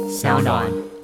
小暖。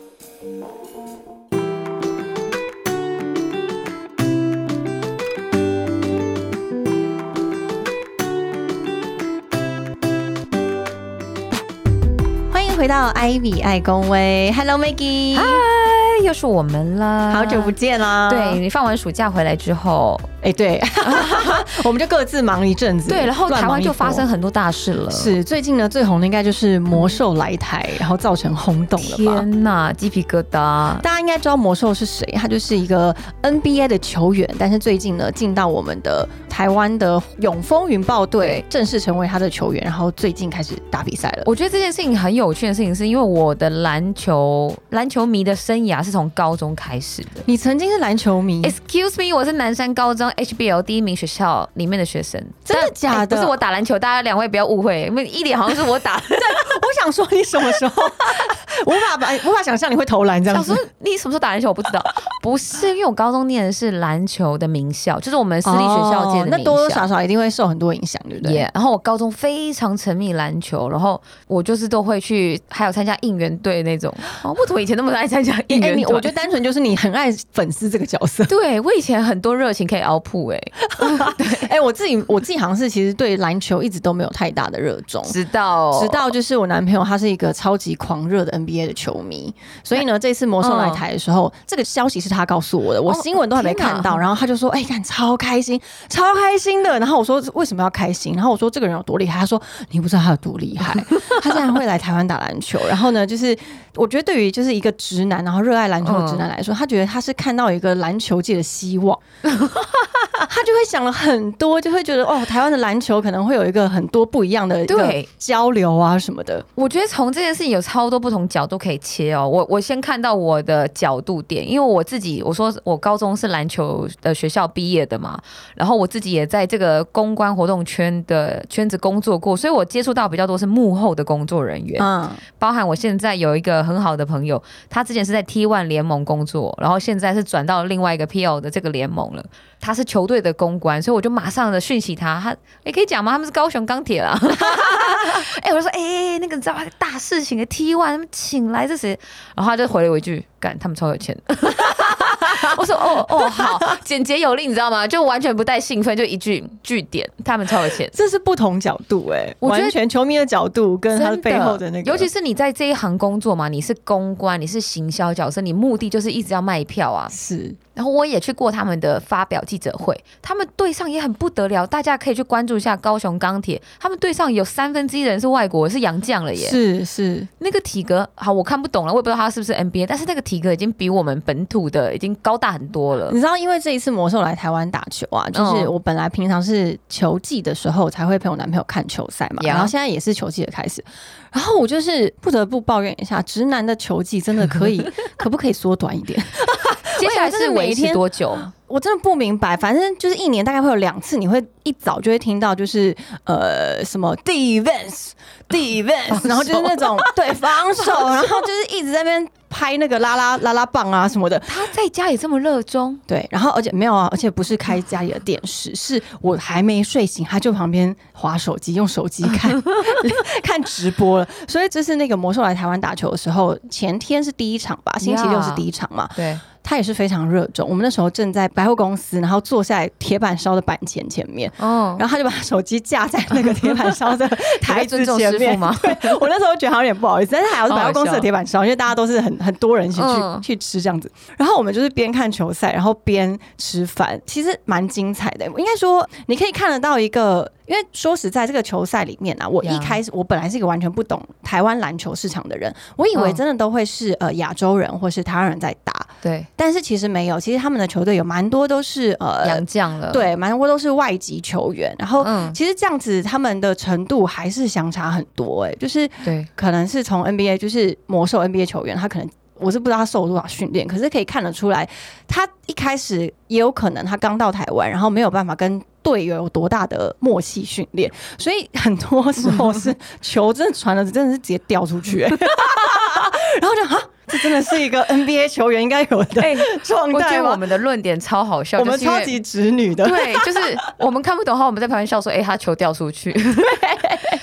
欢迎回到 Ivy 爱公威 ，Hello Maggie， 嗨，又是我们啦， 好久不见啦！ 对，你放完暑假回来之后， 对，我们就各自忙一阵子， 对，然后台湾就发生很多大事了。 是最近呢最红的应该就是魔兽来台，然后造成轰动了吧？ 天哪，鸡皮疙瘩！ 大家应该知道魔兽是谁，他就是一个 NBA 的球员，但是最近呢进到我们的台湾的永丰云豹队，正式成为他的球员，然后最近开始打比赛了。 我觉得这件事情很有趣的事情，是因为我的篮球迷的生涯是从高中开始的。 你曾经是篮球迷 ？Excuse me， 我是南山高中 HBL 第一名学校里面的学生。 真的假的？ 不是我打篮球，大家两位不要误会，因为一脸好像是我打。 我想说你什么时候无法想象你会投篮这样子。 想说你什么时候打篮球我不知道，不是因为我高中念的是篮球的名校，就是我们私立学校界的名校， 那多多少少一定会受很多影响，对不对？ 然后我高中非常沉迷篮球，然后我就是都会去，还有参加应援队那种。为什么以前那么爱参加应援队？ 我觉得单纯就是你很爱粉丝这个角色。 对，我以前很多热情可以凹铺我自己好像是其实对篮球一直都没有太大的热衷，直到就是我男朋友他是一个超级狂热的 NBA 的球迷，所以呢这次魔兽来台的时候，这个消息是他告诉我的，我新闻都还没看到，然后他就说看超开心的，然后我说为什么要开心，然后我说这个人有多厉害，他说你不知道他有多厉害，他竟然会来台湾打篮球，然后呢就是我觉得对于就是一个直男然后热爱篮球的直男来说，他觉得他是看到一个篮球界的希望他就会想了很多，就会觉得台湾的篮球可能会有一个很多不一样的一个交流啊什么的。 我觉得从这件事情有超多不同角度可以切哦。我先看到我的角度点，因为我说我高中是篮球的学校毕业的嘛，然后我自己也在这个公关活动圈子工作过，所以我接触到比较多是幕后的工作人员，包含我现在有一个很好的朋友，他之前是在 T1 联盟工作，然后现在是转到另外一个 PL 的这个联盟了。他是球队的公关，所以我就马上的讯息他可以讲吗？他们是高雄钢铁啦我就说那个你知道吗？大事情的 T1 他们请来这谁？然后他就回了我一句，干，他们超有钱我说好，简洁有力，你知道吗？就完全不带兴奋，就一句句点，他们超有钱。 这是不同角度完全球迷的角度跟他背后的那个， 尤其是你在这一行工作嘛，你是公关，你是行销角色，你目的就是一直要卖票啊。 是。 然后我也去过他们的发表记者会，他们队上也很不得了，大家可以去关注一下高雄钢铁，他们队上有1/3的人是外国，是洋将了耶。 是那个体格好，我看不懂了，我也不知道他是不是 NBA， 但是那个体格已经比我们本土的已经高大很多了。 你知道，因为这一次魔兽来台湾打球啊，就是我本来平常是球季的时候才会陪我男朋友看球赛嘛，然后现在也是球季的开始，然后我就是不得不抱怨一下，直男的球季真的可不可以缩短一点？ 接下来是维持多久？ 我真的不明白，反正就是一年大概会有2次，你会一早就会听到就是什么 defense， 然后就是那种对防守，然后就是一直在那边拍那个拉拉棒啊什么的。 他在家也这么热衷？ 对，然后而且没有啊，而且不是开家里的电视，是我还没睡醒，他就旁边滑手机，用手机看直播了。所以这是那个魔兽来台湾打球的时候，前天是第一场吧，星期六是第一场嘛。 对。 他也是非常热衷，我们那时候正在百货公司，然后坐在铁板烧的板前面，然后他就把手机架在那个铁板烧的台子前面。对，我那时候觉得好像有点不好意思，但是还好是百货公司的铁板烧，因为大家都是很多人一起去吃这样子。然后我们就是边看球赛，然后边吃饭，其实蛮精彩的。应该说，你可以看得到一个。因为说实在，这个球赛里面啊，我一开始我本来是一个完全不懂台湾篮球市场的人，我以为真的都会是亚洲人或是台湾人在打， 对， 但是其实没有，其实他们的球队有蛮多都是洋将了， 对，蛮多都是外籍球员，然后其实这样子他们的程度还是相差很多，就是对，可能是从 NBA 就是魔兽 NBA 球员，他可能。我是不知道他受了多少训练，可是可以看得出来，他一开始也有可能他刚到台湾，然后没有办法跟队友有多大的默契训练，所以很多时候是球真的传的真的是直接掉出去，然后就这真的是一个 NBA 球员应该有的状态吗？ 我觉得我们的论点超好笑， 我们超级直女的， 对，就是我们看不懂的话，我们在旁边笑说：“他球掉出去。” 对，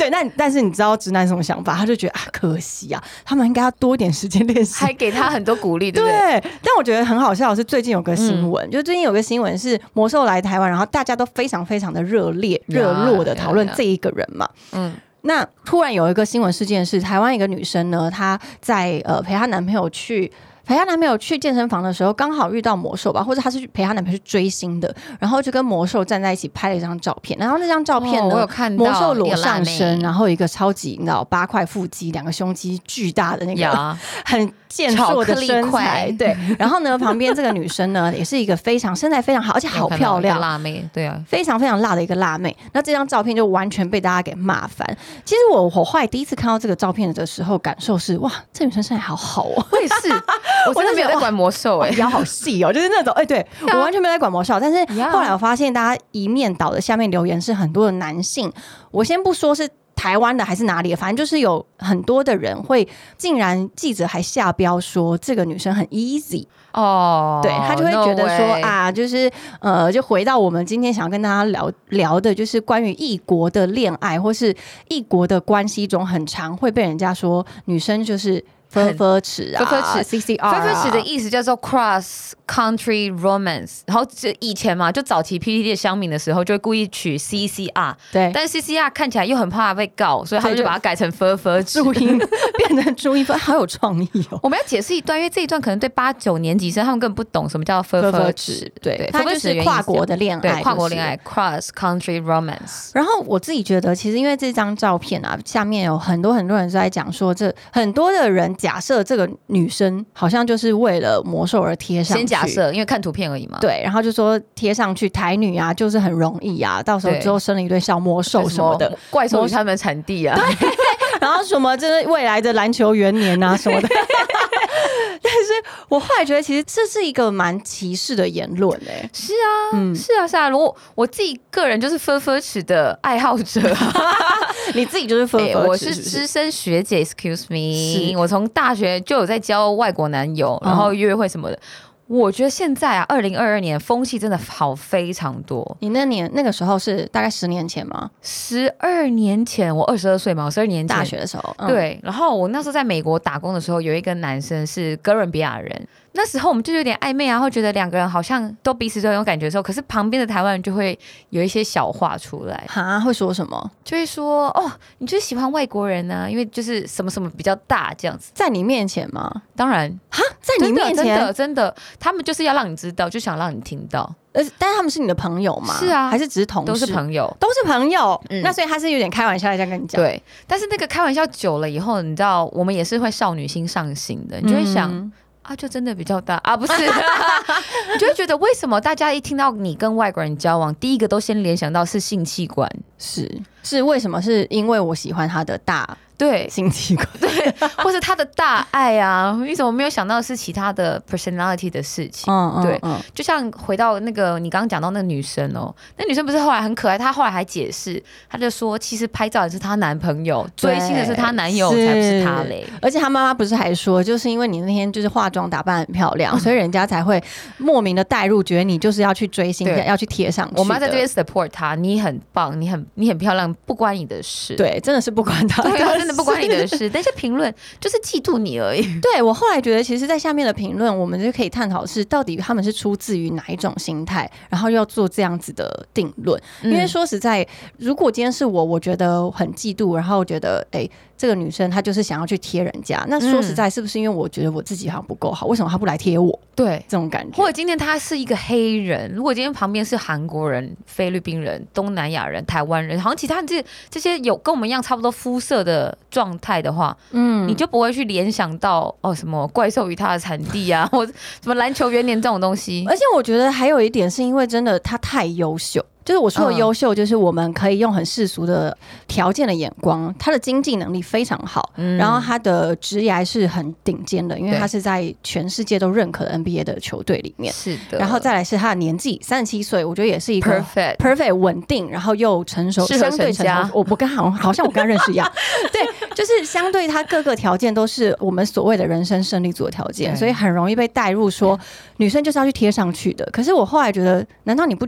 对，但是你知道直男什么想法？他就觉得可惜啊，他们应该要多一点时间练习， 还给他很多鼓励，对不对？ 对。但我觉得很好笑的是，最近有个新闻，就最近有个新闻是魔兽来台湾，然后大家都非常非常的热络的讨论这一个人嘛。那突然有一个新闻事件是，台湾一个女生呢，她在陪她男朋友去健身房的时候，刚好遇到魔兽吧，或者她是陪她男朋友去追星的，然后就跟魔兽站在一起拍了一张照片。然后那张照片呢， 我有看到魔兽裸上身，然后一个超级你知道8块腹肌，2个胸肌巨大的那个很健硕的身材，对。然后呢，旁边这个女生呢，也是一个身材非常好，而且好漂亮， 辣妹，对啊， 非常非常辣的一个辣妹。那这张照片就完全被大家给骂翻。其实我后来第一次看到这个照片的时候，感受是哇，这女生身材好好哦。 我也是，我真的没有在管魔兽腰好细哦，就是那种对我完全没有在管魔兽。但是后来我发现，大家一面倒的下面留言是很多的男性，我先不说是台湾的还是哪里的，反正就是有很多的人会，竟然记者还下标说这个女生很 easy 对，他就会觉得说就是就回到我们今天想要跟大家聊的，就是关于异国的恋爱或是异国的关系中，很常会被人家说女生就是分尺啊，CCR 分尺的意思叫做 cross country romance， 然后以前嘛，就早期 PTT 的乡民的时候，就会故意取 CCR， 对，但是 CCR 看起来又很怕被告，所以他们就把它改成分尺， 注音变成注音分，好有创意哦。 我们要解释一段，因为这一段可能对8、9年级生他们根本不懂什么叫分尺， 对，它就是跨国的恋爱， 对，跨国恋爱 cross country romance。 然后我自己觉得，其实因为这张照片啊，下面有很多人在讲说，这很多的人假设这个女生好像就是为了魔兽而贴上去， 先假设，因为看图片而已嘛。 对，然后就说贴上去台女啊，就是很容易啊，到时候之后生了一堆小魔兽什么的， 怪兽与他们的产地啊， 对，然后什么就是未来的篮球元年啊什么的。但是我后来觉得，其实这是一个蛮歧视的言论欸。 是啊，是啊。如果我自己个人就是分尺的爱好者， 你自己就是分尺， 我是资深学姐 ，excuse me， 我从大学就有在交外国男友，然后约会什么的。我觉得现在啊，2022年风气真的好非常多。 你那个时候是大概10年前吗 ？12年前，我22岁嘛，我12年前大学的时候， 对。然后我那时候在美国打工的时候，有一个男生是哥伦比亚人。那时候我们就有点暧昧啊，会觉得2个人好像都彼此都有感觉的时候，可是旁边的台湾人就会有一些小话出来。 会说什么？ 就会说你就是喜欢外国人啊，因为就是什么什么比较大这样子。 在你面前吗？ 当然在你面前真的，他们就是要让你知道，就想让你听到。 但是他们是你的朋友吗？ 是啊， 还是只是同事？ 都是朋友， 那所以他是有点开玩笑这样跟你讲。 对，但是那个开玩笑久了以后，你知道，我们也是会少女心上心的，你就会想。就真的比较大啊，不是？你就会觉得为什么大家一听到你跟外国人交往，第一个都先联想到是性器官？ 是为什么？是因为我喜欢他的大性器官， 对，或是他的大爱啊？为什么没有想到是其他的 personality 的事情？对，就像回到那个你刚刚讲到那个女生那女生不是后来很可爱，她后来还解释，她就说其实拍照也是她男朋友，追星的是她男友，才不是她嘞。 而且她妈妈不是还说，就是因为你那天就是化妆打扮很漂亮，所以人家才会莫名的带入，觉得你就是要去追星，要去贴上去。 我妈在这边 support 她，你很棒，你很漂亮，不关你的事。 对，真的是不关她， 真的不关你的事。那些评论就是嫉妒你而已。 对，我后来觉得，其实，在下面的评论，我们就可以探讨是到底他们是出自于哪一种心态，然后要做这样子的定论。因为说实在，如果今天是我觉得很嫉妒，然后觉得这个女生她就是想要去贴人家，那说实在是不是因为我觉得我自己好像不够好，为什么她不来贴我？ 对， 这种感觉。 或者今天她是一个黑人，如果今天旁边是韩国人、菲律宾人、东南亚人、台湾人，好像其他这些有跟我们一样差不多肤色的状态的话，你就不会去联想到什么怪兽与它的产地啊，或者什么篮球元年这种东西。 而且我觉得还有一点是因为真的他太优秀。就是我说的优秀，就是我们可以用很世俗的条件的眼光，他的经济能力非常好，然后他的职业是很顶尖的，因为他是在全世界都认可的 NBA 的球队里面。 是的。 然后再来是他的年纪37岁，我觉得也是一个 perfect 稳定，然后又成熟，相对成熟。我跟好像我跟他认识一样，对，就是相对他各个条件都是我们所谓的人生胜利组的条件，所以很容易被带入说女生就是要去贴上去的。可是我后来觉得，难道你不觉得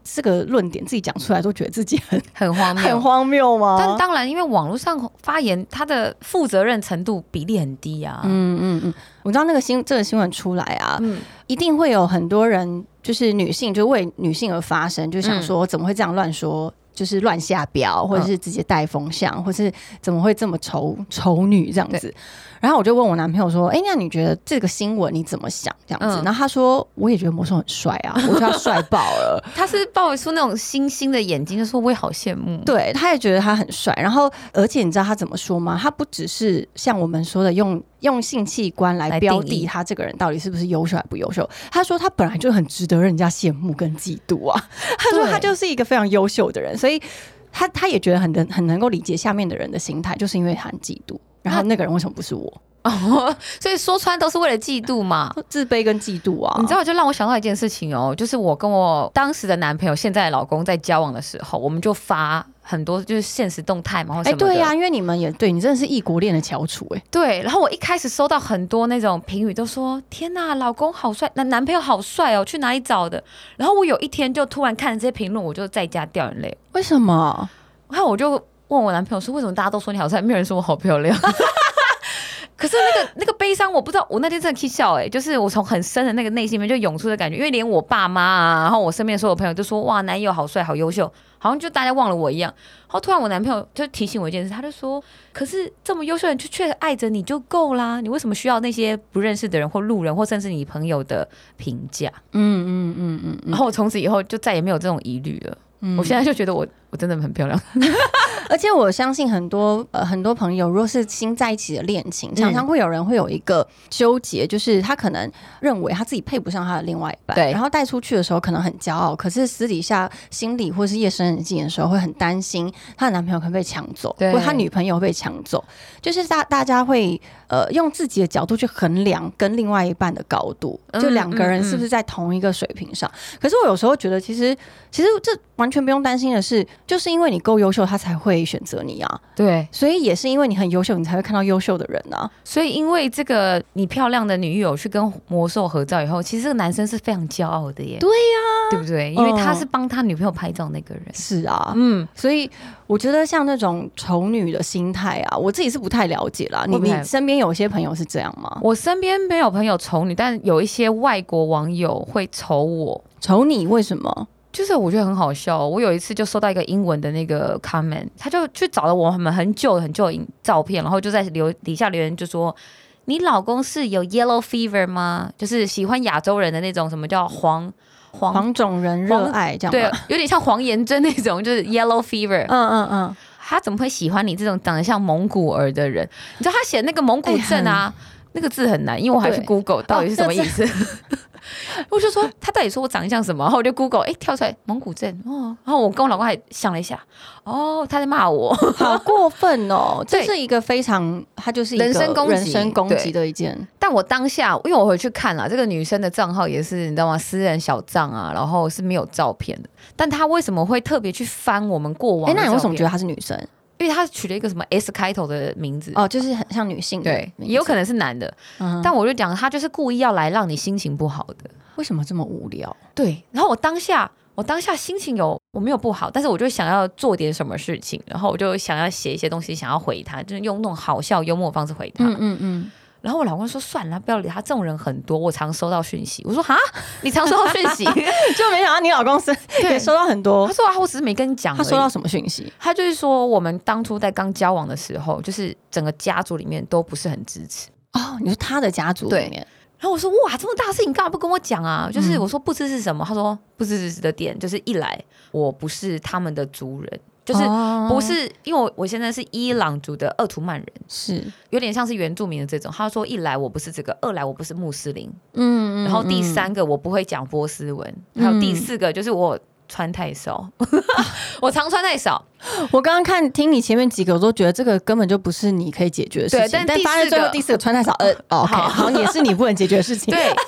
这个论点自己讲出来都觉得自己很荒谬， 很荒谬吗？ 但当然，因为网络上发言，它的负责任程度比例很低啊。 我知道这个新闻出来啊，一定会有很多人就是女性就为女性而发声，就想说怎么会这样乱说。就是乱下标，或者是直接带风向，或是怎么会这么丑女这样子？然后我就问我男朋友说：“哎，那你觉得这个新闻你怎么想？”这样子，然后他说：“我也觉得魔兽很帅啊，我觉得他帅爆了。” 他是爆出那种星星的眼睛，就说我也好羡慕。 对，他也觉得他很帅。然后，而且你知道他怎么说吗？他不只是像我们说的用性器官来标的他这个人到底是不是优秀还不优秀。他说他本来就很值得人家羡慕跟嫉妒啊。他说他就是一个非常优秀的人，所以他也觉得很能够理解下面的人的心态，就是因为他很嫉妒。然后那个人为什么不是我？ 所以说穿都是为了嫉妒嘛， 自卑跟嫉妒啊。 你知道，就让我想到一件事情哦，就是我跟我当时的男朋友，现在的老公在交往的时候，我们就发很多就是现实动态嘛，或什么的。 对呀，因为你们也对你真的是异国恋的翘楚哎。 对，然后我一开始收到很多那种评语，都说天哪，老公好帅，男朋友好帅哦，去哪里找的？然后我有一天就突然看了这些评论，我就在家掉眼泪。 为什么？ 然后我就问我男朋友说，为什么大家都说你好帅，没有人说我好漂亮？可是那个悲伤，我不知道，我那天真的可以笑就是我从很深的那个内心里面就涌出的感觉，因为连我爸妈啊，然后我身边所有朋友都说哇，男友好帅，好优秀，好像就大家忘了我一样。然后突然我男朋友就提醒我一件事，他就说，可是这么优秀的人就却爱着你就够啦，你为什么需要那些不认识的人或路人或甚至你朋友的评价？然后我从此以后就再也没有这种疑虑了。我现在就觉得我真的很漂亮。 而且我相信很多朋友，如果是新在一起的恋情，常常会有人会有一个纠结，就是他可能认为他自己配不上他的另外一半，对，然后带出去的时候可能很骄傲，可是私底下心里或是夜深人静的时候，会很担心他的男朋友可能被抢走，或者他女朋友被抢走，就是大家会用自己的角度去衡量跟另外一半的高度，就两个人是不是在同一个水平上。可是我有时候觉得，其实这完全不用担心的是，就是因为你够优秀，他才会选择你啊。 对， 所以也是因为你很优秀，你才会看到优秀的人啊。 所以因为这个你漂亮的女友去跟魔兽合照以后，其实这个男生是非常骄傲的耶。 对呀， 对不对？因为他是帮他女朋友拍照那个人。 是啊，所以我觉得像那种丑女的心态啊，我自己是不太了解啦。你身边有些朋友是这样吗？ 我身边没有朋友丑女，但有一些外国网友会丑我。 丑你为什么？ 就是我觉得很好笑，我有一次就收到一个英文的那个 comment， 他就去找了我们很旧的照片，然后就在底下留言就说，你老公是有 yellow fever 吗？就是喜欢亚洲人的那种什么叫黄种人热爱这样， 对，有点像黄妍珍那种，就是 yellow fever。他怎么会喜欢你这种长得像蒙古儿的人？你知道他写那个蒙古症啊，那个字很难，因为我还去 Google 到底是什么意思。我就说他到底说我长得像什么，然后我就 Google 跳出来蒙古症哦，然后我跟我老公还想了一下，他在骂我， 好过分哦！这是一个非常，他就是一个人身攻击的一件。 但我当下因为我回去看了这个女生的账号也是你知道吗？私人小账啊，然后是没有照片的。但她为什么会特别去翻我们过往的照片？ 那你为什么觉得她是女生？ 因为他取了一个什么 S 开头的名字就是很像女性的， 对，也有可能是男的。但我就讲他就是故意要来让你心情不好的。 为什么这么无聊？ 对，然后我当下心情我没有不好，但是我就想要做点什么事情，然后我就想要写一些东西，想要回他，就是用那种好笑幽默的方式回他。然后我老公说算了，不要理他，这种人很多，我常收到讯息。我说哈，你常收到讯息？ 就没想到你老公也收到很多。 他说我只是没跟你讲。 他收到什么讯息？ 他就是说我们当初在刚交往的时候，就是整个家族里面都不是很支持。 你说他的家族里面？ 然后我说哇，这么大的事情干嘛不跟我讲啊？就是我说不支持什么？他说不支持的点就是一来我不是他们的族人。就是不是因为我现在是伊朗族的鄂图曼人， 是有点像是原住民的这种。他说一来我不是这个，二来我不是穆斯林，然后第三个我不会讲波斯文，还有第四个就是我穿太少，我常穿太少。 我刚刚听你前面几个，我都觉得这个根本就不是你可以解决的事情。但发现最后第四个穿太少，好像也是你不能解决的事情。 对，然后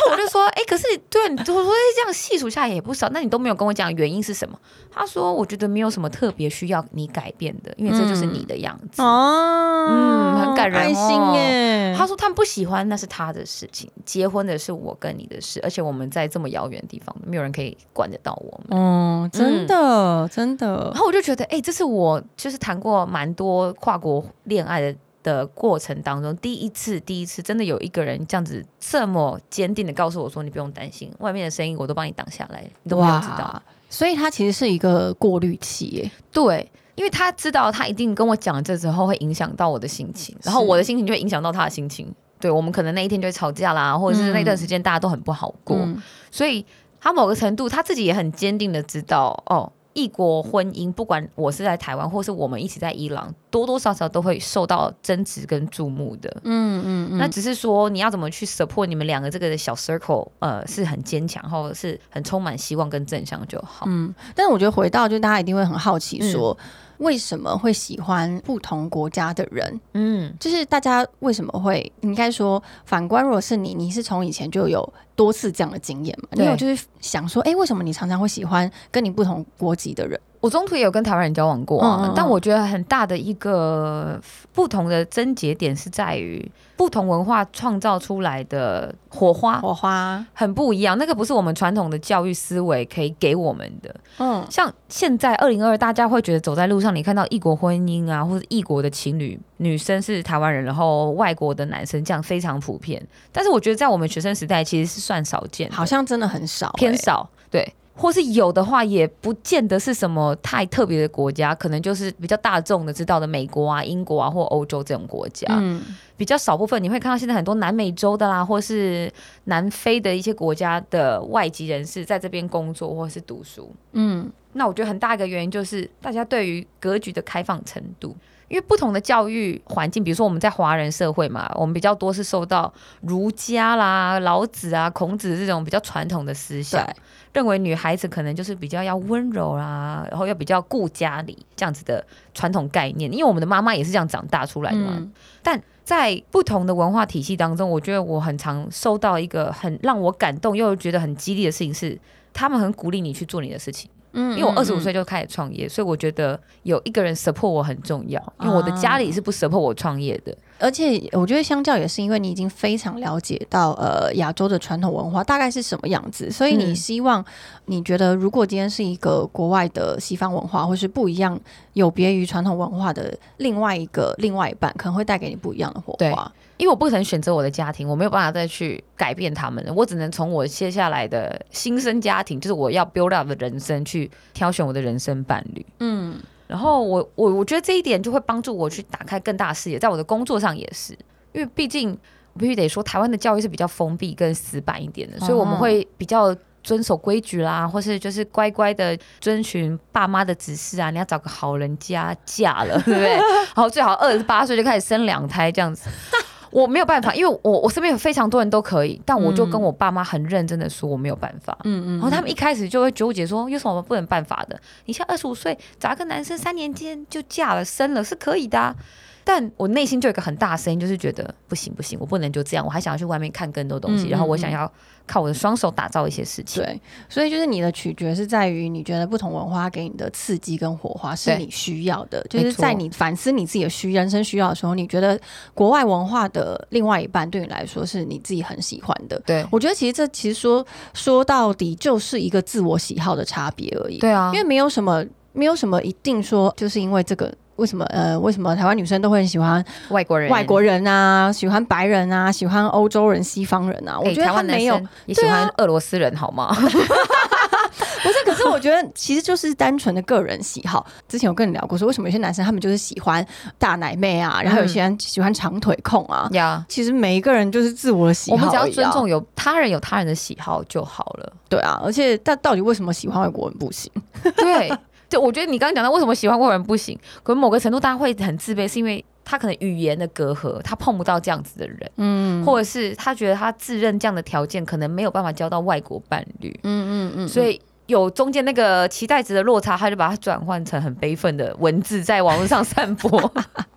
我就说，可是对，我说这样细数下来也不少，那你都没有跟我讲原因是什么？他说，我觉得没有什么特别需要你改变的，因为这就是你的样子。很感人， 爱心耶。 他说他们不喜欢那是他的事情，结婚的是我跟你的事，而且我们在这么遥远的地方，没有人可以管得到我们。 真的真的。 然后我就觉得，这是我就是谈过蛮多跨国恋爱的过程当中，第一次真的有一个人这样子这么坚定的告诉我说，你不用担心，外面的声音我都帮你挡下来，你都没有知道。 所以他其实是一个过滤器耶。 对，因为他知道他一定跟我讲这之后会影响到我的心情，然后我的心情就会影响到他的心情。对，我们可能那一天就会吵架啦，或者是那段时间大家都很不好过。所以他某个程度他自己也很坚定的知道，异国婚姻，不管我是在台湾或是我们一起在伊朗，多多少少都会受到争执跟注目的。那只是说你要怎么去 support 你们两个这个小 circle， 是很坚强，或者是很充满希望跟正向就好。 但是我觉得回到就大家一定会很好奇说，为什么会喜欢不同国家的人？就是大家为什么会，应该说反观，如果是你是从以前就有多次这样的经验嘛？你有就是想说，为什么你常常会喜欢跟你不同国籍的人？ 我中途也有跟台湾人交往过啊，但我觉得很大的一个不同的症结点是在于不同文化创造出来的火花很不一样，那个不是我们传统的教育思维可以给我们的。像现在2022，大家会觉得走在路上，你看到异国婚姻啊，或者异国的情侣，女生是台湾人，然后外国的男生，这样非常普遍。但是我觉得在我们学生时代其实是算少见的， 好像真的很少， 偏少，对。或是有的话也不见得是什么太特别的国家，可能就是比较大众的知道的美国啊、英国啊或欧洲这种国家。比较少部分你会看到现在很多南美洲的啦，或是南非的一些国家的外籍人士在这边工作或是读书。那我觉得很大一个原因就是大家对于格局的开放程度，因为不同的教育环境，比如说我们在华人社会嘛，我们比较多是受到儒家啦、老子啊、孔子这种比较传统的思想，认为女孩子可能就是比较要温柔啦，然后要比较顾家里这样子的传统概念，因为我们的妈妈也是这样长大出来的嘛。但在不同的文化体系当中，我觉得我很常收到一个很让我感动又觉得很激励的事情是，他们很鼓励你去做你的事情。因为我25岁就开始创业，所以我觉得有一个人 support 我很重要，因为我的家里是不 support 我创业的。 而且我觉得相较也是因为你已经非常了解到亚洲的传统文化大概是什么样子，所以你希望你觉得如果今天是一个国外的西方文化或是不一样有别于传统文化的另外一半，可能会带给你不一样的火花。 因为我不可能选择我的家庭，我没有办法再去改变他们了，我只能从我接下来的新生家庭，就是我要 build up 的人生去挑选我的人生伴侣。然后我觉得这一点就会帮助我去打开更大的视野，在我的工作上也是，因为毕竟我必须得说，台湾的教育是比较封闭跟死板一点的，所以我们会比较遵守规矩啦，或是就是乖乖的遵循爸妈的指示啊，你要找个好人家嫁了，对不对？然后最好28岁就开始生2胎这样子。我没有办法，因为我身边有非常多人都可以，但我就跟我爸妈很认真的说我没有办法。然后他们一开始就会纠结说有什么不能办法的？你像25岁找一个男生3年间就嫁了生了是可以的啊。但我内心就有一个很大的声音，就是觉得不行，我不能就这样，我还想要去外面看更多东西，然后我想要靠我的双手打造一些事情。 对，所以就是你的取决是在于你觉得不同文化给你的刺激跟火花是你需要的，就是在你反思你自己的人生需要的时候，你觉得国外文化的另外一半对你来说是你自己很喜欢的。 对， 我觉得其实说到底就是一个自我喜好的差别而已。 对啊， 因为没有什么一定说就是因为这个。为什么台湾女生都会很喜欢外国人啊，喜欢白人啊，喜欢欧洲人、西方人啊？我觉得他没有， 也喜欢俄罗斯人，好吗？ 不是，可是我觉得其实就是单纯的个人喜好。之前有跟你聊过，说为什么有些男生他们就是喜欢大奶妹啊，然后有些人喜欢长腿控啊。其实每一个人就是自我的喜好， 我们只要尊重有他人的喜好就好了。 对啊，而且但到底为什么喜欢外国人不行？ 对。就我觉得你刚刚讲到为什么喜欢外国人不行，可能某个程度大家会很自卑，是因为他可能语言的隔阂，他碰不到这样子的人，或者是他觉得他自认这样的条件可能没有办法交到外国伴侣，所以有中间那个期待值的落差，他就把它转换成很悲愤的文字在网络上散播。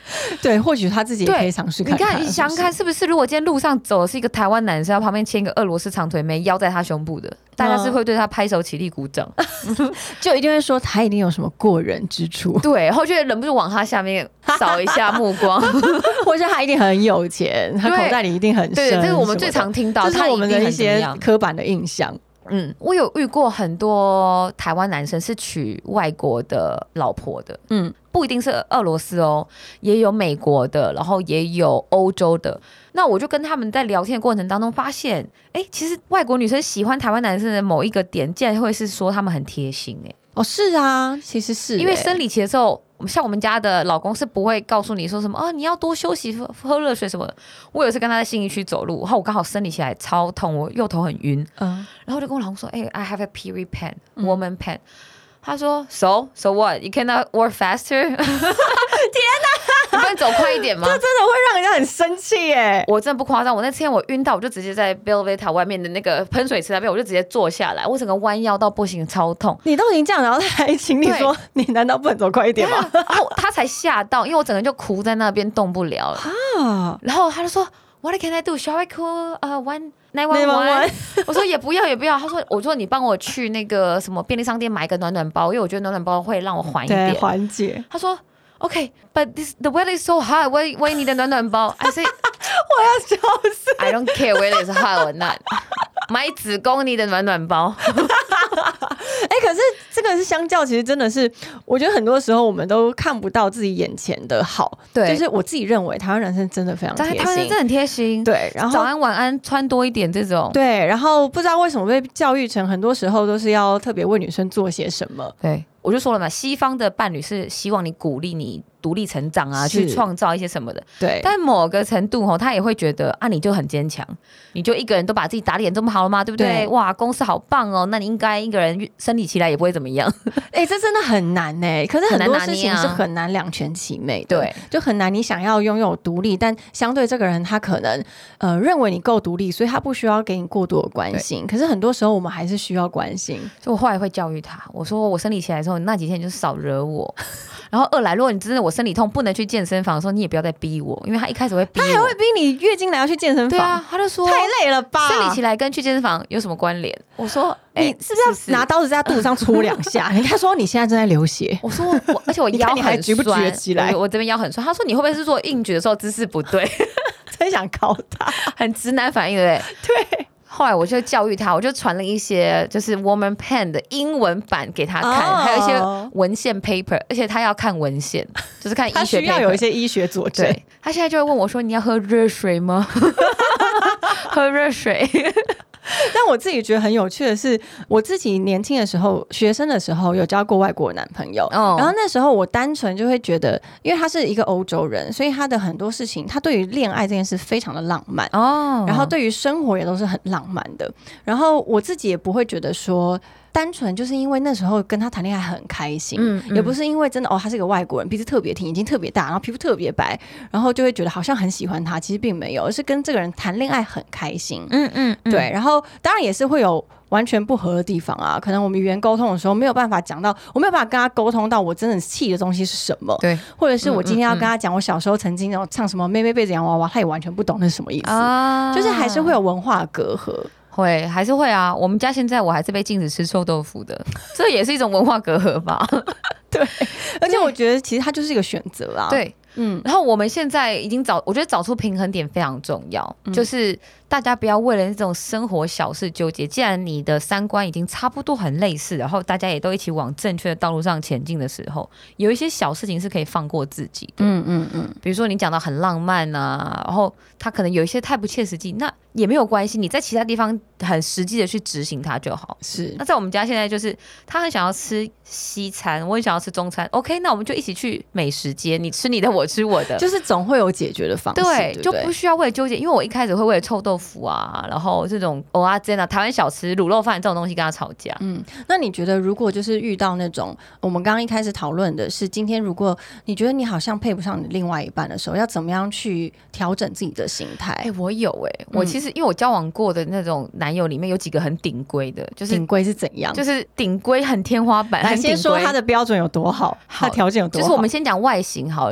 对，或许他自己也可以尝试看看。 你想看是不是？如果今天路上走的是一个台湾男生，他旁边牵一个俄罗斯长腿妹腰在他胸部的，大家是会对他拍手起立鼓掌， 就一定会说他一定有什么过人之处。 对，然后就忍不住往他下面扫一下目光， 或者他一定很有钱，他口袋里一定很深。对， 这是我们最常听到， 这是我们的一些刻板的印象。 我有遇过很多台湾男生是娶外国的老婆的，不一定是俄罗斯哦，也有美国的，然后也有欧洲的。那我就跟他们在聊天的过程当中发现，其实外国女生喜欢台湾男生的某一个点，竟然会是说他们很贴心。 是啊，其实是因为生理期的时候，像我们家的老公是不会告诉你说什么你要多休息，喝热水什么的。我有一次跟他在信义区走路，然后我刚好生理期来超痛，我右头很晕，然后我就跟我老公说I have a period pain, woman pain。他说 So what? You cannot work faster? 天哪！你不能走快一点吗？ 这真的会让人家很生气耶！ 我真的不夸张，我那天我晕到，我就直接在 Belvedere 外面的那个喷水池那边，我就直接坐下来，我整个弯腰到不行，超痛。 你都已经这样，然后他还请你说，你难道不能走快一点吗？ 然后他才吓到，因为我整个人就哭在那边动不了了。然后他就说 What can I do? Shall I call 911？我说也不要。他说，我说你帮我去那个什么便利商店买个暖暖包，因为我觉得暖暖包会让我缓一点， 对，缓解。他说 OK, but the weather is so hot. Why you need a 暖暖包 I say 我要笑死。 I don't care whether it's hot or not. 买子宫你的暖暖包。 可是这个是相较，其实真的是，我觉得很多时候我们都看不到自己眼前的好。对，就是我自己认为台湾男生真的非常贴心， 台湾人真的很贴心。 对，然后早安晚安穿多一点这种。 对，然后不知道为什么被教育成很多时候都是要特别为女生做些什么。 对，我就说了嘛，西方的伴侣是希望你鼓励你独立成长啊，去创造一些什么的。对，但某个程度他也会觉得你就很坚强，你就一个人都把自己打理得这么好了吗？对不对？哇，公司好棒哦，那你应该一个人生理期来也不会怎么样。 这真的很难可是很多事情是很难两全其美的。对，就很难你想要拥有独立，但相对这个人他可能认为你够独立，所以他不需要给你过多的关心。可是很多时候我们还是需要关心， 所以我后来会教育他，我说我生理期来的时候，那几天你就少惹我。然后二来，如果你真的我生理痛不能去健身房的时候，你也不要再逼我，因为他一开始会逼我， 他还会逼你月经来要去健身房。 对啊，他就说太累了吧， 生理期来跟去健身房有什么关联？我说你是不是要拿刀子在他肚子上戳2下？你看说你现在正在流血。 我说而且我腰很酸， 举不举得起来？ 我这边腰很酸。他说你会不会是做硬举的时候姿势不对？ 真想考他， 很直男反应，对不对？对。后来我就教育他，我就传了一些就是 Woman Pen 的英文版给他看，还有一些文献 paper， 而且他要看文献，就是看医学 paper， 他需要有一些医学佐证。 对，他现在就会问我说：“你要喝热水吗？”喝热水。 但我自己觉得很有趣的是，我自己年轻的时候，学生的时候有交过外国男朋友，然后那时候我单纯就会觉得，因为他是一个欧洲人，所以他的很多事情，他对于恋爱这件事非常的浪漫然后对于生活也都是很浪漫的，然后我自己也不会觉得说单纯就是因为那时候跟他谈恋爱很开心，也不是因为真的他是一个外国人，鼻子特别挺，眼睛特别大，然后皮肤特别白，然后就会觉得好像很喜欢他，其实并没有，而是跟这个人谈恋爱很开心。对，然后当然也是会有完全不合的地方啊，可能我们语言沟通的时候没有办法讲到，我没有办法跟他沟通到我真的气的东西是什么，对，或者是我今天要跟他讲我小时候曾经那种唱什么妹妹背着洋娃娃，他也完全不懂那是什么意思，就是还是会有文化隔阂。 会还是会啊，我们家现在我还是被禁止吃臭豆腐的，这也是一种文化隔阂吧。 对，而且我觉得其实它就是一个选择啊。 对，然后我们现在已经我觉得找出平衡点非常重要，就是大家不要为了这种生活小事纠结。既然你的三观已经差不多很类似，然后大家也都一起往正确的道路上前进的时候，有一些小事情是可以放过自己的。比如说你讲到很浪漫啊，然后他可能有一些太不切实际，那也没有关系，你在其他地方很实际的去执行它就好。是。那在我们家现在就是他很想要吃西餐，我很想要吃中餐 ，OK， 那我们就一起去美食街，你吃你的，我吃我的， 就是总会有解决的方式。对， 就不需要为了纠结，因为我一开始会为了臭豆腐啊，然后这种蚵仔煎啊、台湾小吃、卤肉饭这种东西跟他吵架。 那你觉得如果就是遇到那种我们刚刚一开始讨论的是，今天如果你觉得你好像配不上你另外一半的时候，要怎么样去调整自己的心态？ 我有我其实因为我交往过的那种男友里面有几个很顶规的，就是顶规是怎样？ 就是顶规很天花板。 来先说他的标准有多好，他的条件有多好。 就是我们先讲外形好了，就是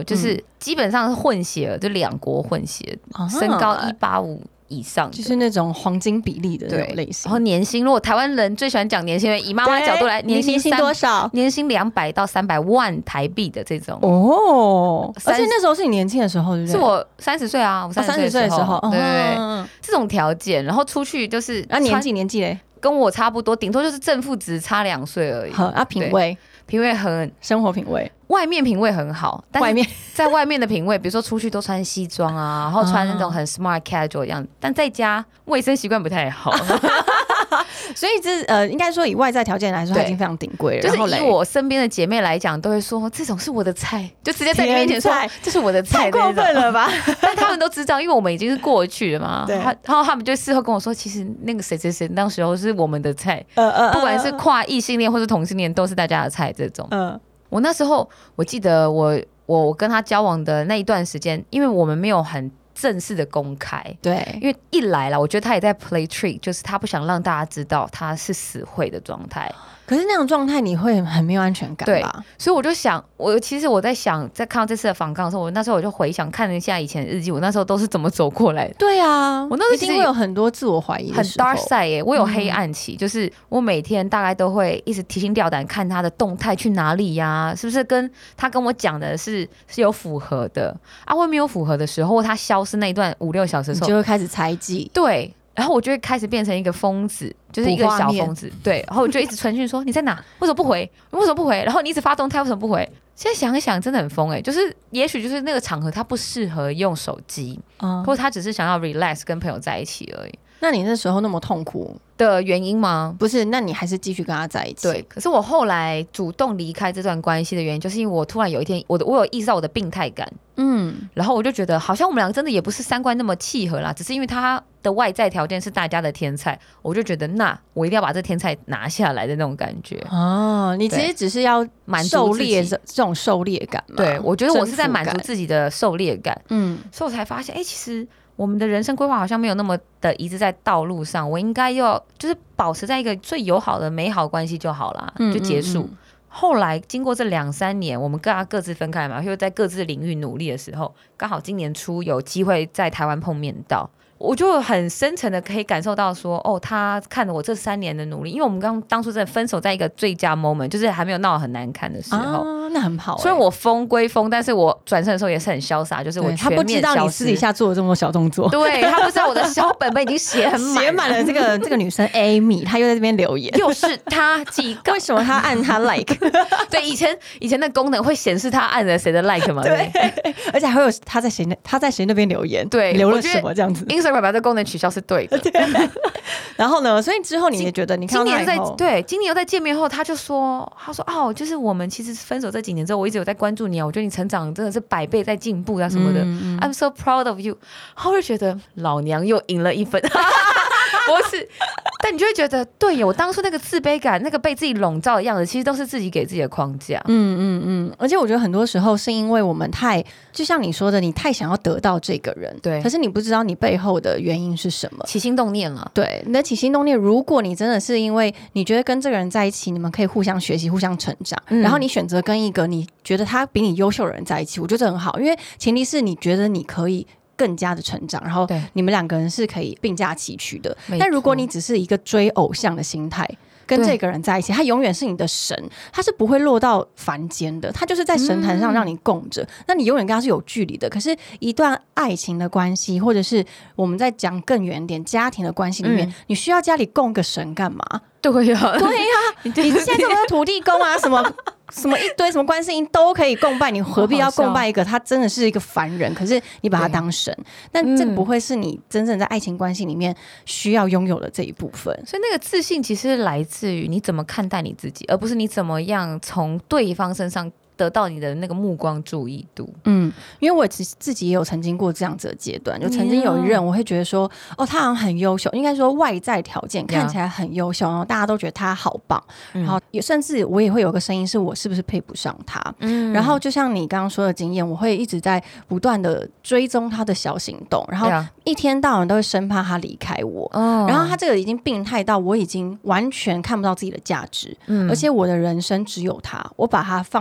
是基本上是混血，就两国混血，身高185以上， 就是那种黄金比例的那种类型。 然后年薪，如果台湾人最喜欢讲年薪，以妈妈角度来，年薪多少？ 年薪200到300万台币的这种哦。而且那时候是你年轻的时候，对不对？ 是我30岁啊，我30岁的时候，对对对，这种条件，然后出去就是， 年纪嘞， 跟我差不多，顶多就是正负值差2岁而已。 品味生活品味， 外面品味很好，但是在外面的品味，比如说出去都穿西装啊，然后穿那种很 smart casual 的样子，但在家卫生习惯不太好。 所以应该说以外在条件来说，他已经非常顶贵了。 就是以我身边的姐妹来讲，都会说这种是我的菜，就直接在你面前说这是我的菜， 太过分了吧？ 但他们都知道，因为我们已经是过去了嘛。然后他们就事后跟我说，其实那个谁谁谁那时候是我们的菜，不管是跨异性恋或是同性恋，都是大家的菜。这种，我那时候我记得我跟他交往的那一段时间，因为我们没有很正式的公开， 对， 因为一来了，我觉得他也在 play trick， 就是他不想让大家知道他是死会的状态。 可是那种状态你会很没有安全感吧？ 对，所以我就想，其实我在想，在看到这次的访纲的时候，那时候我就回想看了一下以前的日记，我那时候都是怎么走过来的。 对啊， 我那时候一定会有很多自我怀疑的时候， 很 dark side 耶，我有黑暗期，就是我每天大概都会一直提心吊胆看他的动态去哪里呀，是不是跟他跟我讲的是有符合的啊？会没有符合的时候，或他消失那一段5-6小时的时候， 你就会开始猜忌。 对。然后我就会开始变成一个疯子，就是一个小疯子，对。然后我就一直传讯说你在哪？为什么不回？为什么不回？然后你一直发动态，为什么不回？现在想一想，真的很疯哎！就是也许就是那个场合他不适合用手机，或者他只是想要 relax 跟朋友在一起而已。 那你那时候那么痛苦的原因吗？ 不是，那你还是继续跟他在一起。 对，可是我后来主动离开这段关系的原因，就是因为我突然有一天，我有意识到我的病态感，然后我就觉得好像我们两个真的也不是三观那么契合啦，只是因为他的外在条件是大家的天菜，我就觉得那我一定要把这天菜拿下来的那种感觉。 哦，你其实只是要狩猎这种狩猎感嘛？ 对，我觉得我是在满足自己的狩猎感，所以我才发现，其实我们的人生规划好像没有那么的一直在道路上，我应该要就是保持在一个最友好的美好关系就好啦，就结束。后来经过这2-3年，我们各自分开嘛，又在各自领域努力的时候，刚好今年初有机会在台湾碰面到，我就很深层的可以感受到说，他看了我这3年的努力，因为我们当初真的分手在一个最佳 moment， 就是还没有闹得很难看的时候， 那很好。 所以我疯归疯，但是我转身的时候也是很潇洒，就是我全面消失。 他不知道你私底下做了这么多小动作， 对，他不知道我的小本本已经写满了。这个女生 Amy， 她又在这边留言， 又是她几个？ 为什么她按她 like？ 对，以前的功能会显示她按了谁的 like 嘛？ 对，而且还会有她在谁那边留言， 对， 留了什么这样子。 Instagram 把这功能取消是对的。 对。然后呢？所以之后你也觉得，你看到他以后， 今年又在见面后，他说就是我们其实分手这几年之后，我一直有在关注你啊，我觉得你成长真的是100倍在进步啊什么的，I'm so proud of you。然后就觉得老娘又赢了1分。不是，但你就会觉得，对，我当初那个自卑感，那个被自己笼罩的样子，其实都是自己给自己的框架。而且我觉得很多时候是因为我们就像你说的，你太想要得到这个人， 对， 可是你不知道你背后的原因是什么， 起心动念了。 对，你的起心动念，如果你真的是因为你觉得跟这个人在一起，你们可以互相学习、互相成长，然后你选择跟一个你觉得他比你优秀的人在一起，我觉得很好，因为前提是你觉得你可以更加的成长，然后你们2个人是可以并驾齐驱的。但如果你只是一个追偶像的心态跟这个人在一起，他永远是你的神，他是不会落到凡间的，他就是在神坛上让你供着，那你永远跟他是有距离的。可是一段爱情的关系，或者是我们在讲更远点家庭的关系里面，你需要家里供个神干嘛？ 对呀， 你现在这么多土地公啊，什么一堆什么观世音都可以供拜，你何必要供拜一个他真的是一个凡人，可是你把他当神？但这不会是你真正在爱情关系里面需要拥有的这一部分。 所以那个自信其实来自于你怎么看待你自己，而不是你怎么样从对方身上得到你的那个目光注意度。 因为我自己也有曾经过这样子的阶段，就曾经有一任我会觉得说，他好像很优秀，应该说外在条件看起来很优秀，然后大家都觉得他好棒，然后甚至我也会有个声音是我是不是配不上他。然后就像你刚刚说的经验，我会一直在不断的追踪他的小行动，然后一天到晚都会生怕他离开我。然后他这个已经病态到我已经完全看不到自己的价值，而且我的人生只有他，我把他放在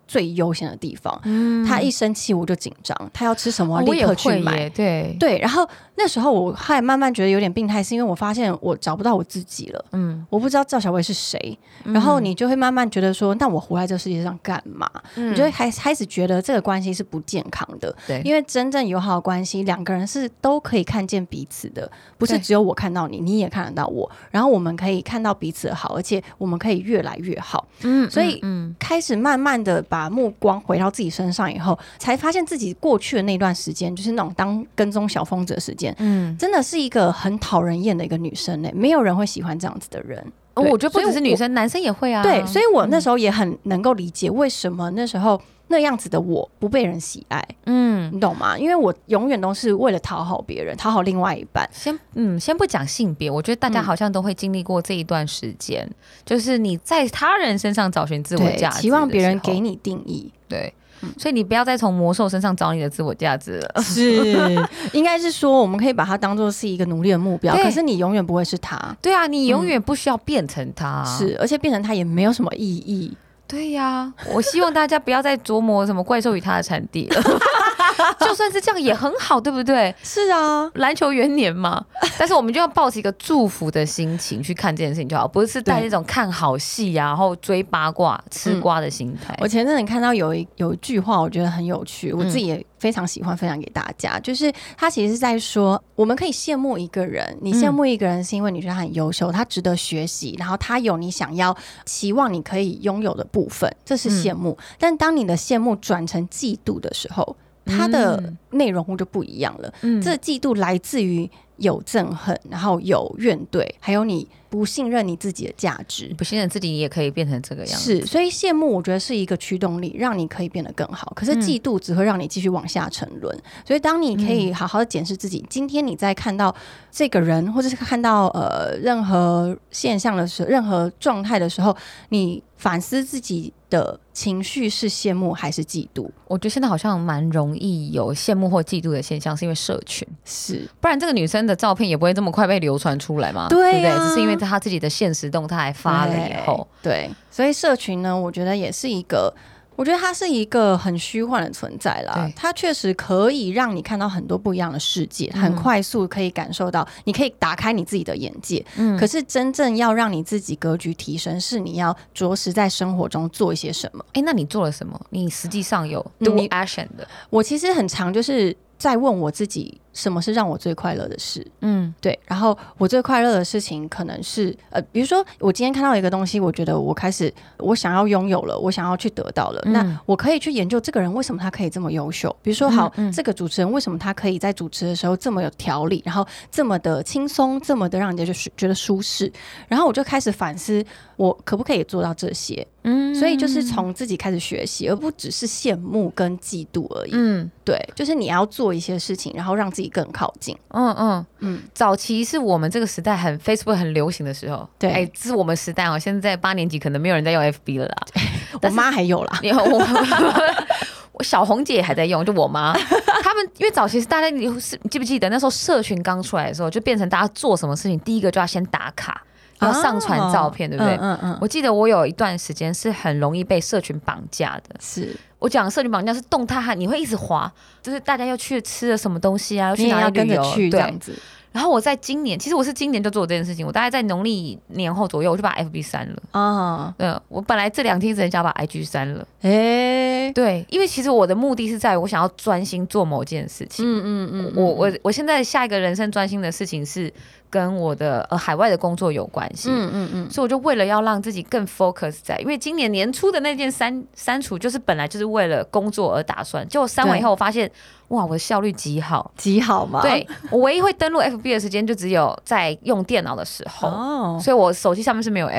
最优先的地方。他一生气我就紧张，他要吃什么立刻去买。对，然后那时候我还慢慢觉得有点病态，是因为我发现我找不到我自己了。我不知道赵小薇是谁，然后你就会慢慢觉得说，那我活在这世界上干嘛？你就会开始觉得这个关系是不健康的。对，因为真正友好的关系，两个人是都可以看见彼此的，不是只有我看到你，你也看得到我，然后我们可以看到彼此的好，而且我们可以越来越好。所以开始慢慢的把目光回到自己身上以后，才发现自己过去的那段时间，就是那种当跟踪小疯子的时间，真的是一个很讨人厌的一个女生没有人会喜欢这样子的人。 我觉得不只是女生，男生也会啊。 对，所以我那时候也很能够理解为什么那时候那样子的我不被人喜爱。你懂吗？因为我永远都是为了讨好别人，讨好另外一半。 先不讲性别，我觉得大家好像都会经历过这一段时间，就是你在他人身上找寻自我价值， 期望别人给你定义。 对。所以你不要再从魔兽身上找你的自我价值了。 是，应该是说我们可以把它当作是一个努力的目标，可是你永远不会是他。 对啊，你永远不需要变成他。 是，而且变成他也没有什么意义。 对呀，我希望大家不要再琢磨什么怪兽与他的产地了。就算是这样也很好，对不对？ 是啊， 篮球元年嘛。但是我们就要抱着一个祝福的心情去看这件事情就好，不是带那种看好戏啊，然后追八卦、吃瓜的心态。 我前阵子看到有一句话，我觉得很有趣，我自己也非常喜欢分享给大家。就是他其实是在说，我们可以羡慕一个人，你羡慕一个人是因为你觉得他很优秀，他值得学习，然后他有你想要期望你可以拥有的部分，这是羡慕。但当你的羡慕转成嫉妒的时候，它的内容物就不一样了。这嫉妒来自于有憎恨，然后有怨怼，还有你不信任你自己的价值， 不信任自己也可以变成这个样子。 是，所以羡慕我觉得是一个驱动力，让你可以变得更好。可是嫉妒只会让你继续往下沉沦。所以当你可以好好的检视自己，今天你在看到这个人，或者是看到任何现象的时候，任何状态的时候，你反思自己的情绪是羡慕还是嫉妒。 我觉得现在好像蛮容易有羡慕或嫉妒的现象，是因为社群。 是， 不然这个女生的照片也不会这么快被流传出来嘛。对啊，对不对？只是因为她自己的现实动态发了以后。 对，所以社群呢，我觉得也是一个，我觉得它是一个很虚幻的存在啦。它确实可以让你看到很多不一样的世界，很快速可以感受到，你可以打开你自己的眼界。可是真正要让你自己格局提升，是你要着实在生活中做一些什么。 那你做了什么？你实际上有 do action 的？ 我其实很常就是在问我自己，什么是让我最快乐的事？对。然后我最快乐的事情可能是比如说我今天看到一个东西，我觉得我想要拥有了，我想要去得到了，那我可以去研究这个人为什么他可以这么优秀。比如说好，这个主持人为什么他可以在主持的时候这么有条理，然后这么的轻松，这么的让人家就觉得舒适。然后我就开始反思，我可不可以做到这些？所以就是从自己开始学习，而不只是羡慕跟嫉妒而已。对，就是你要做一些事情，然后让自己更靠近。 早期是我们这个时代Facebook 很流行的时候。对，这是我们时代哦。现在8年级可能没有人在用 FB 了啦。 我妈还有啦。 我小红姐也还在用，就我妈他们，因为早期是大家，你记不记得那时候社群刚出来的时候，就变成大家做什么事情第一个就要先打卡，要上传照片，对不对？我记得我有一段时间是很容易被社群绑架的。 是我讲社群绑架是动态，你会一直滑，就是大家又去吃了什么东西啊，又去哪里旅游， 这样子。 然后我在今年，其实我是今年就做这件事情，我大概在农历年后左右，我就把 FB 删了。我本来这2天一直很想把 IG 删了。对，因为其实我的目的是在于我想要专心做某件事情。我现在下一个人生专心的事情是跟我的海外的工作有关系。所以我就为了要让自己更 focus 在，因为今年年初的那件删除，就是本来就是为了工作而打算，结果删完以后我发现，哇，我的效率极好吗？ 对，我唯一会登录 FB 的时间就只有在用电脑的时候。所以我手机上面是没有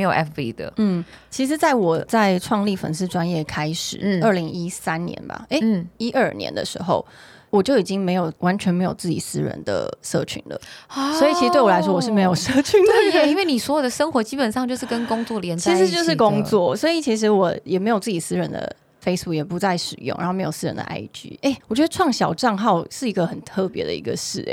FB 的。 其实在我在创立粉丝专业开始2013年吧，12年的时候，我就已经完全没有自己私人的社群了。所以其实对我来说，我是没有社群的人。 对，因为你所有的生活基本上就是跟工作连在一起的， 其实就是工作，所以其实我也没有自己私人的Facebook，也不再使用，然后没有私人的 IG。我觉得创小账号是一个很特别的一个事。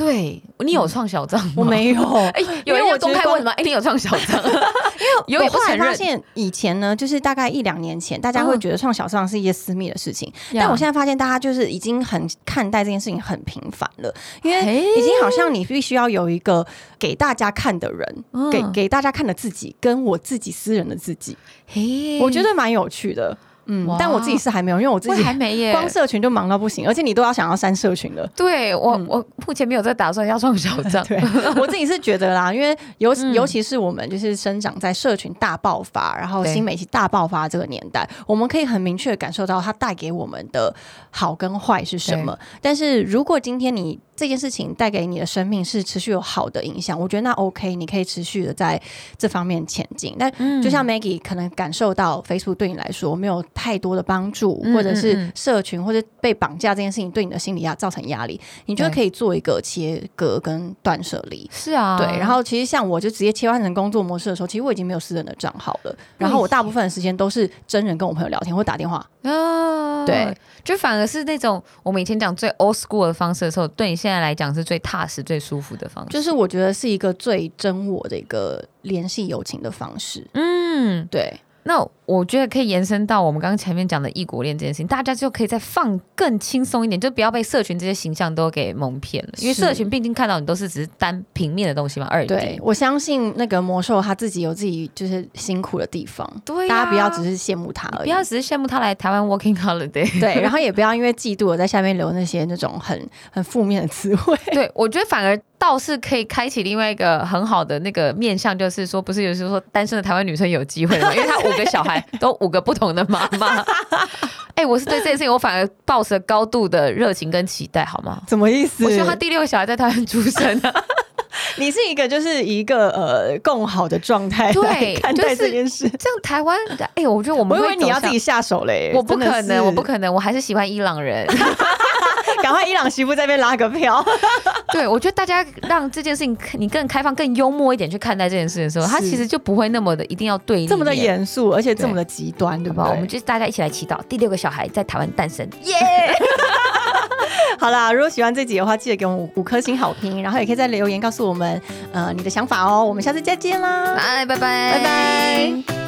对，你有创小账吗？ 我没有。 有人要公开问吗？你有创小账？ 因为我后来发现，以前呢，就是大概1-2年前，大家会觉得创小账是一些私密的事情，但我现在发现，大家就是已经很看待这件事情很频繁了，因为已经好像你必须要有一个给大家看的人，给大家看的自己，跟我自己私人的自己，我觉得蛮有趣的。但我自己是还没有，因为我自己还没耶， 光社群就忙到不行，而且你都要想要删社群了。 对我目前没有在打算要创小账。 对，我自己是觉得啦，因为尤其是我们就是生长在社群大爆发，然后新媒体大爆发这个年代，我们可以很明确的感受到它带给我们的好跟坏是什么。但是如果今天你这件事情带给你的生命是持续有好的影响，我觉得那 OK， 你可以持续的在这方面前进。但就像 Maggie 可能感受到 Facebook 对你来说没有太多的帮助，或者是社群或者被绑架这件事情对你的心理造成压力，你就可以做一个切割跟断舍离。 是啊， 对。然后其实像我就直接切换成工作模式的时候，其实我已经没有私人的账号了，然后我大部分的时间都是真人跟我朋友聊天或打电话。对， 就反而是那种我们以前讲最 old school 的方式的时候，对你现在来讲是最踏实最舒服的方式， 就是我觉得是一个最真我的一个联系友情的方式。对。 那我觉得可以延伸到我们刚刚前面讲的异国恋这件事情，大家就可以再放更轻松一点，就不要被社群这些形象都给蒙骗了，因为社群毕竟看到你都是只是单平面的东西嘛，2D。 对，我相信那个魔兽他自己有自己就是辛苦的地方，对，大家不要只是羡慕他而已， 不要只是羡慕他来台湾 working holiday， 对，然后也不要因为嫉妒而在下面留那些那种很负面的词汇。 对，我觉得反而倒是可以开启另外一个很好的那个面向，就是说不是有时候说单身的台湾女生有机会的吗？因为她5个小孩都5个不同的妈妈。我是对这件事情我反而抱持高度的热情跟期待，好吗？ 什么意思？ 我希望她第6个小孩在台湾出生啊。 你是一个就是一个共好的状态来看待这件事， 这样台湾我觉得我们会， 我以为你要自己下手嘞。 我不可能，我还是喜欢伊朗人。 赶快伊朗媳妇在那边拉个票。 对，我觉得大家让这件事情你更开放更幽默一点去看待这件事的时候，它其实就不会那么的一定要对立， 这么的严肃，而且这么的极端，对不对？ 我们就大家一起来祈祷第6个小孩在台湾诞生，耶！ 好啦，如果喜欢这集的话，记得给我们5颗星好评，然后也可以在留言告诉我们你的想法哦。我们下次再见啦， 拜拜拜拜。